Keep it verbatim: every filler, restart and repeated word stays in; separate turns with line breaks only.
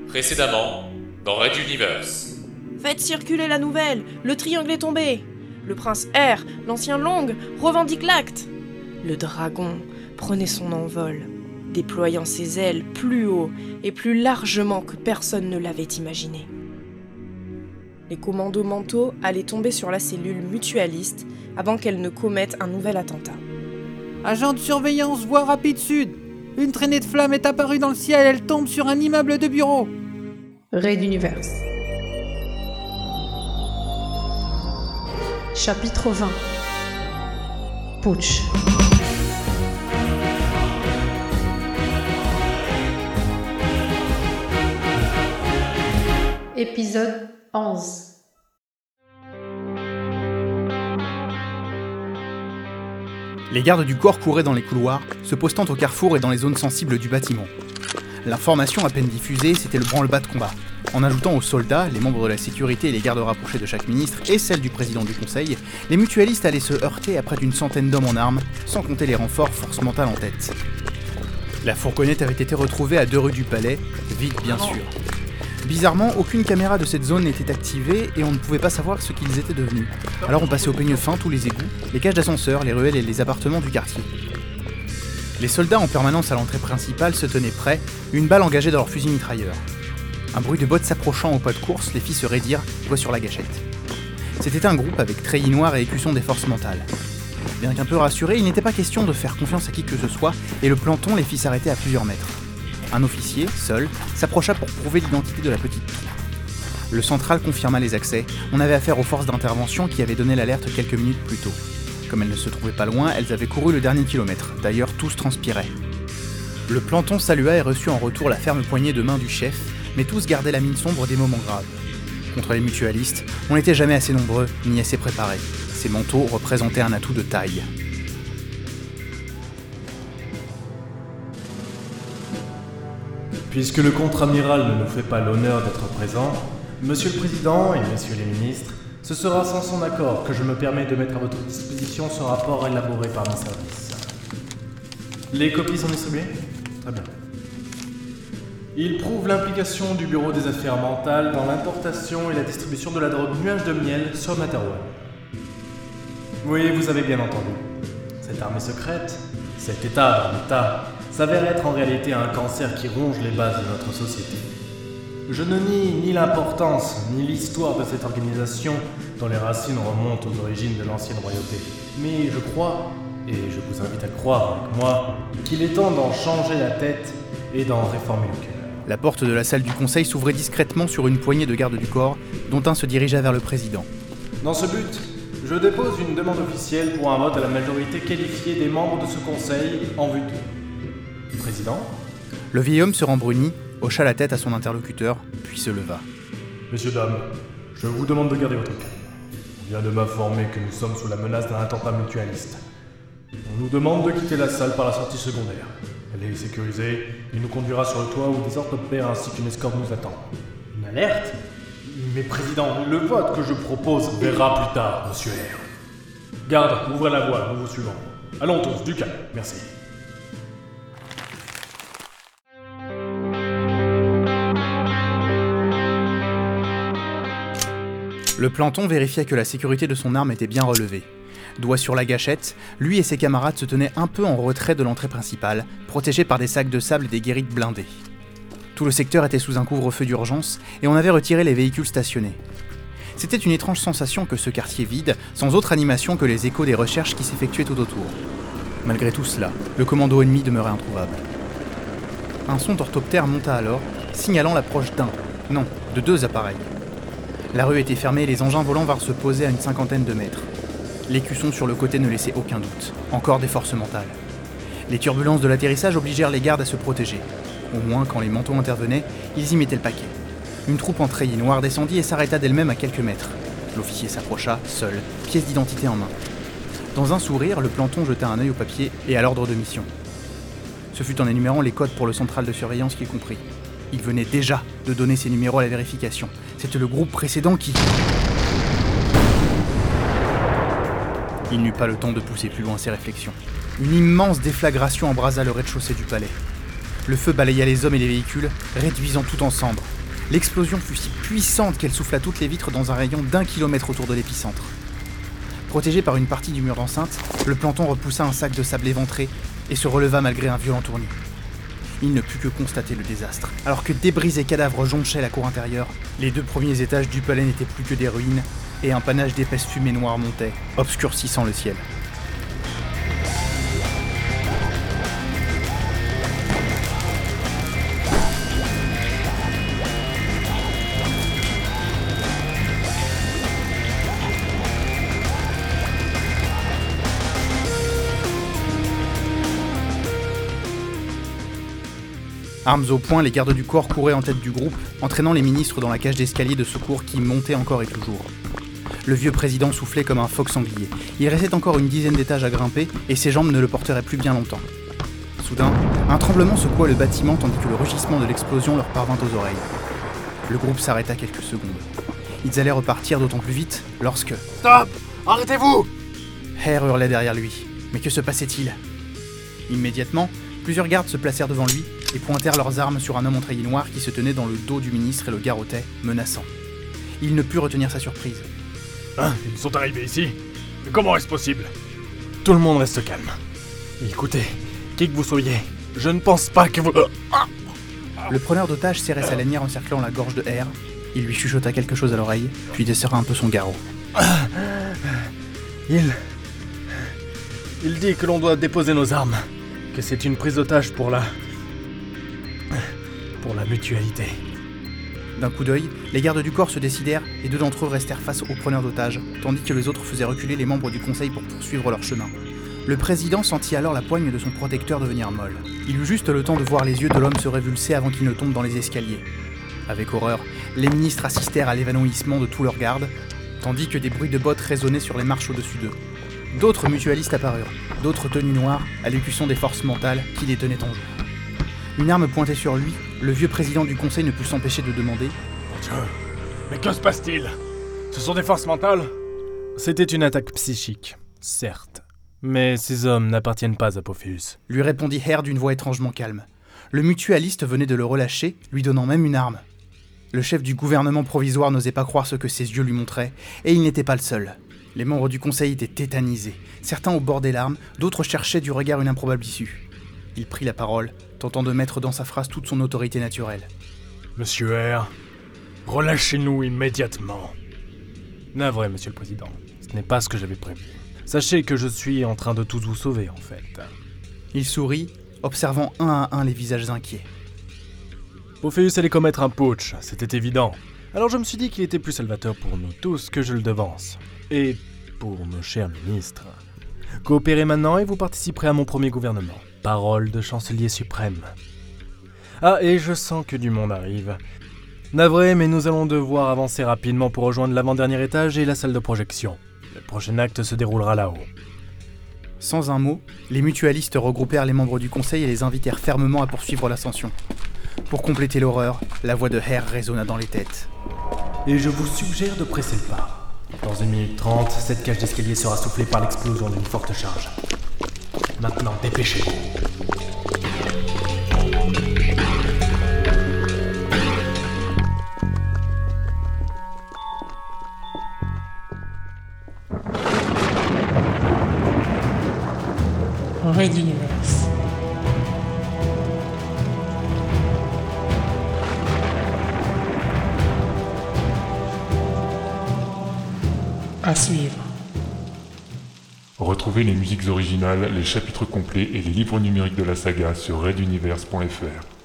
Précédemment, dans Red Universe.
Faites circuler la nouvelle, le triangle est tombé. Le prince R, l'ancien Long, revendique l'acte. Le dragon prenait son envol, déployant ses ailes plus haut et plus largement que personne ne l'avait imaginé. Les commandos mentaux allaient tomber sur la cellule mutualiste avant qu'elle ne commette un nouvel attentat.
Agent de surveillance, voie rapide sud. Une traînée de flammes est apparue dans le ciel, elle tombe sur un immeuble de bureaux.
Red Universe. Chapitre vingt. Putsch. Épisode onze.
Les gardes du corps couraient dans les couloirs, se postant au carrefour et dans les zones sensibles du bâtiment. L'information à peine diffusée, c'était le branle-bas de combat. En ajoutant aux soldats, les membres de la sécurité et les gardes rapprochés de chaque ministre et celle du président du conseil, les mutualistes allaient se heurter à près d'une centaine d'hommes en armes, sans compter les renforts force mentale en tête. La fourgonnette avait été retrouvée à deux rues du palais, vide bien sûr. Bizarrement, aucune caméra de cette zone n'était activée et on ne pouvait pas savoir ce qu'ils étaient devenus. Alors on passait au peigne fin tous les égouts, les cages d'ascenseurs, les ruelles et les appartements du quartier. Les soldats en permanence à l'entrée principale se tenaient prêts, une balle engagée dans leur fusil mitrailleur. Un bruit de bottes s'approchant au pas de course les fit se raidir, doigt sur la gâchette. C'était un groupe avec treillis noirs et écusson des forces mentales. Bien qu'un peu rassurés, il n'était pas question de faire confiance à qui que ce soit et le planton les fit s'arrêter à plusieurs mètres. Un officier, seul, s'approcha pour prouver l'identité de la petite troupe. Le central confirma les accès, on avait affaire aux forces d'intervention qui avaient donné l'alerte quelques minutes plus tôt. Comme elles ne se trouvaient pas loin, elles avaient couru le dernier kilomètre, d'ailleurs tous transpiraient. Le planton salua et reçut en retour la ferme poignée de main du chef, mais tous gardaient la mine sombre des moments graves. Contre les mutualistes, on n'était jamais assez nombreux, ni assez préparés. Ces manteaux représentaient un atout de taille.
Puisque le contre-amiral ne nous fait pas l'honneur d'être présent, Monsieur le Président et Messieurs les ministres, ce sera sans son accord que je me permets de mettre à votre disposition ce rapport élaboré par mes services. Les copies sont distribuées ? Très bien. Il prouve l'implication du Bureau des Affaires Mentales dans l'importation et la distribution de la drogue nuage de miel sur Materwan. Oui, vous avez bien entendu. Cette armée secrète, cet état dans l'état, s'avère être en réalité un cancer qui ronge les bases de notre société. Je ne nie ni l'importance ni l'histoire de cette organisation dont les racines remontent aux origines de l'ancienne royauté. Mais je crois, et je vous invite à croire avec moi, qu'il est temps d'en changer la tête et d'en réformer le cœur.
La porte de la salle du conseil s'ouvrait discrètement sur une poignée de gardes du corps, dont un se dirigea vers le président.
Dans ce but, je dépose une demande officielle pour un vote à la majorité qualifiée des membres de ce conseil en vue de... Président ?
Le vieil homme se rembrunit, hocha la tête à son interlocuteur, puis se leva.
Messieurs, dames, je vous demande de garder votre calme. On vient de m'informer que nous sommes sous la menace d'un attentat mutualiste. On nous demande de quitter la salle par la sortie secondaire. Elle est sécurisée et nous conduira sur le toit où des ordres de père ainsi qu'une escorte nous attend. Une alerte ? Mais président, le vote que je propose verra plus tard, monsieur R. Garde, ouvrez la voie, nous vous suivons. Allons tous, du calme, merci.
Le planton vérifia que la sécurité de son arme était bien relevée. Doigt sur la gâchette, lui et ses camarades se tenaient un peu en retrait de l'entrée principale, protégés par des sacs de sable et des guérites blindées. Tout le secteur était sous un couvre-feu d'urgence et on avait retiré les véhicules stationnés. C'était une étrange sensation que ce quartier vide, sans autre animation que les échos des recherches qui s'effectuaient tout autour. Malgré tout cela, le commando ennemi demeurait introuvable. Un son d'orthoptère monta alors, signalant l'approche d'un, non, de deux appareils. La rue était fermée et les engins volants vinrent se poser à une cinquantaine de mètres. L'écusson sur le côté ne laissait aucun doute. Encore des forces mentales. Les turbulences de l'atterrissage obligèrent les gardes à se protéger. Au moins, quand les manteaux intervenaient, ils y mettaient le paquet. Une troupe en treillis noir descendit et s'arrêta d'elle-même à quelques mètres. L'officier s'approcha, seul, pièce d'identité en main. Dans un sourire, le planton jeta un œil au papier et à l'ordre de mission. Ce fut en énumérant les codes pour le central de surveillance qu'il comprit. Il venait déjà de donner ses numéros à la vérification. C'était le groupe précédent qui... Il n'eut pas le temps de pousser plus loin ses réflexions. Une immense déflagration embrasa le rez-de-chaussée du palais. Le feu balaya les hommes et les véhicules, réduisant tout en cendres. L'explosion fut si puissante qu'elle souffla toutes les vitres dans un rayon d'un kilomètre autour de l'épicentre. Protégé par une partie du mur d'enceinte, le planton repoussa un sac de sable éventré et se releva malgré un violent tournis. Il ne put que constater le désastre. Alors que débris et cadavres jonchaient la cour intérieure, les deux premiers étages du palais n'étaient plus que des ruines et un panache d'épaisses fumées noires montait, obscurcissant le ciel. Armes au poing, les gardes du corps couraient en tête du groupe, entraînant les ministres dans la cage d'escalier de secours qui montait encore et toujours. Le vieux président soufflait comme un phoque sanglier. Il restait encore une dizaine d'étages à grimper et ses jambes ne le porteraient plus bien longtemps. Soudain, un tremblement secoua le bâtiment tandis que le rugissement de l'explosion leur parvint aux oreilles. Le groupe s'arrêta quelques secondes. Ils allaient repartir d'autant plus vite lorsque...
Stop! Arrêtez-vous!
Hare hurlait derrière lui. Mais que se passait-il? Immédiatement, plusieurs gardes se placèrent devant lui et pointèrent leurs armes sur un homme en treillis noir qui se tenait dans le dos du ministre et le garrottait, menaçant. Il ne put retenir sa surprise.
Hein, ils sont arrivés ici? Mais comment est-ce possible? Tout le monde reste calme. Écoutez, qui que vous soyez, je ne pense pas que vous...
Le preneur d'otages serrait sa lanière encerclant la gorge de Hare. Il lui chuchota quelque chose à l'oreille, puis desserra un peu son garrot.
Il... Il dit que l'on doit déposer nos armes. Que c'est une prise d'otage pour la... pour la mutualité.
D'un coup d'œil, les gardes du corps se décidèrent et deux d'entre eux restèrent face au preneur d'otages, tandis que les autres faisaient reculer les membres du conseil pour poursuivre leur chemin. Le président sentit alors la poigne de son protecteur devenir molle. Il eut juste le temps de voir les yeux de l'homme se révulser avant qu'il ne tombe dans les escaliers. Avec horreur, les ministres assistèrent à l'évanouissement de tous leurs gardes, tandis que des bruits de bottes résonnaient sur les marches au-dessus d'eux. D'autres mutualistes apparurent, d'autres tenues noires, allocution des forces mentales qui les tenaient en joue. Une arme pointée sur lui, le vieux président du conseil ne put s'empêcher de demander «
Mon Dieu, mais que se passe-t-il? Ce sont des forces mentales ?» C'était une attaque psychique, certes. Mais ces hommes n'appartiennent pas à Pophéus.
Lui répondit Hare d'une voix étrangement calme. Le mutualiste venait de le relâcher, lui donnant même une arme. Le chef du gouvernement provisoire n'osait pas croire ce que ses yeux lui montraient, et il n'était pas le seul. Les membres du conseil étaient tétanisés, certains au bord des larmes, d'autres cherchaient du regard une improbable issue. Il prit la parole, tentant de mettre dans sa phrase toute son autorité naturelle.
« Monsieur Hare, relâchez-nous immédiatement. » Navré, monsieur le président, ce n'est pas ce que j'avais prévu. Sachez que je suis en train de tous vous sauver, en fait.
Il sourit, observant un à un les visages inquiets.
Pophéus allait commettre un putsch, c'était évident. Alors je me suis dit qu'il était plus salvateur pour nous tous que je le devance. Et pour nos chers ministres. Coopérez maintenant et vous participerez à mon premier gouvernement. Parole de chancelier suprême. Ah, et je sens que du monde arrive. Navré, mais nous allons devoir avancer rapidement pour rejoindre l'avant-dernier étage et la salle de projection. Le prochain acte se déroulera là-haut.
Sans un mot, les mutualistes regroupèrent les membres du conseil et les invitèrent fermement à poursuivre l'ascension. Pour compléter l'horreur, la voix de Hare résonna dans les têtes.
Et je vous suggère de presser le pas. Dans une minute trente, cette cage d'escalier sera soufflée par l'explosion d'une forte charge. Maintenant, dépêchez-vous.
Red Universe. À suivre.
Retrouvez les musiques originales, les chapitres complets et les livres numériques de la saga sur red universe point f r.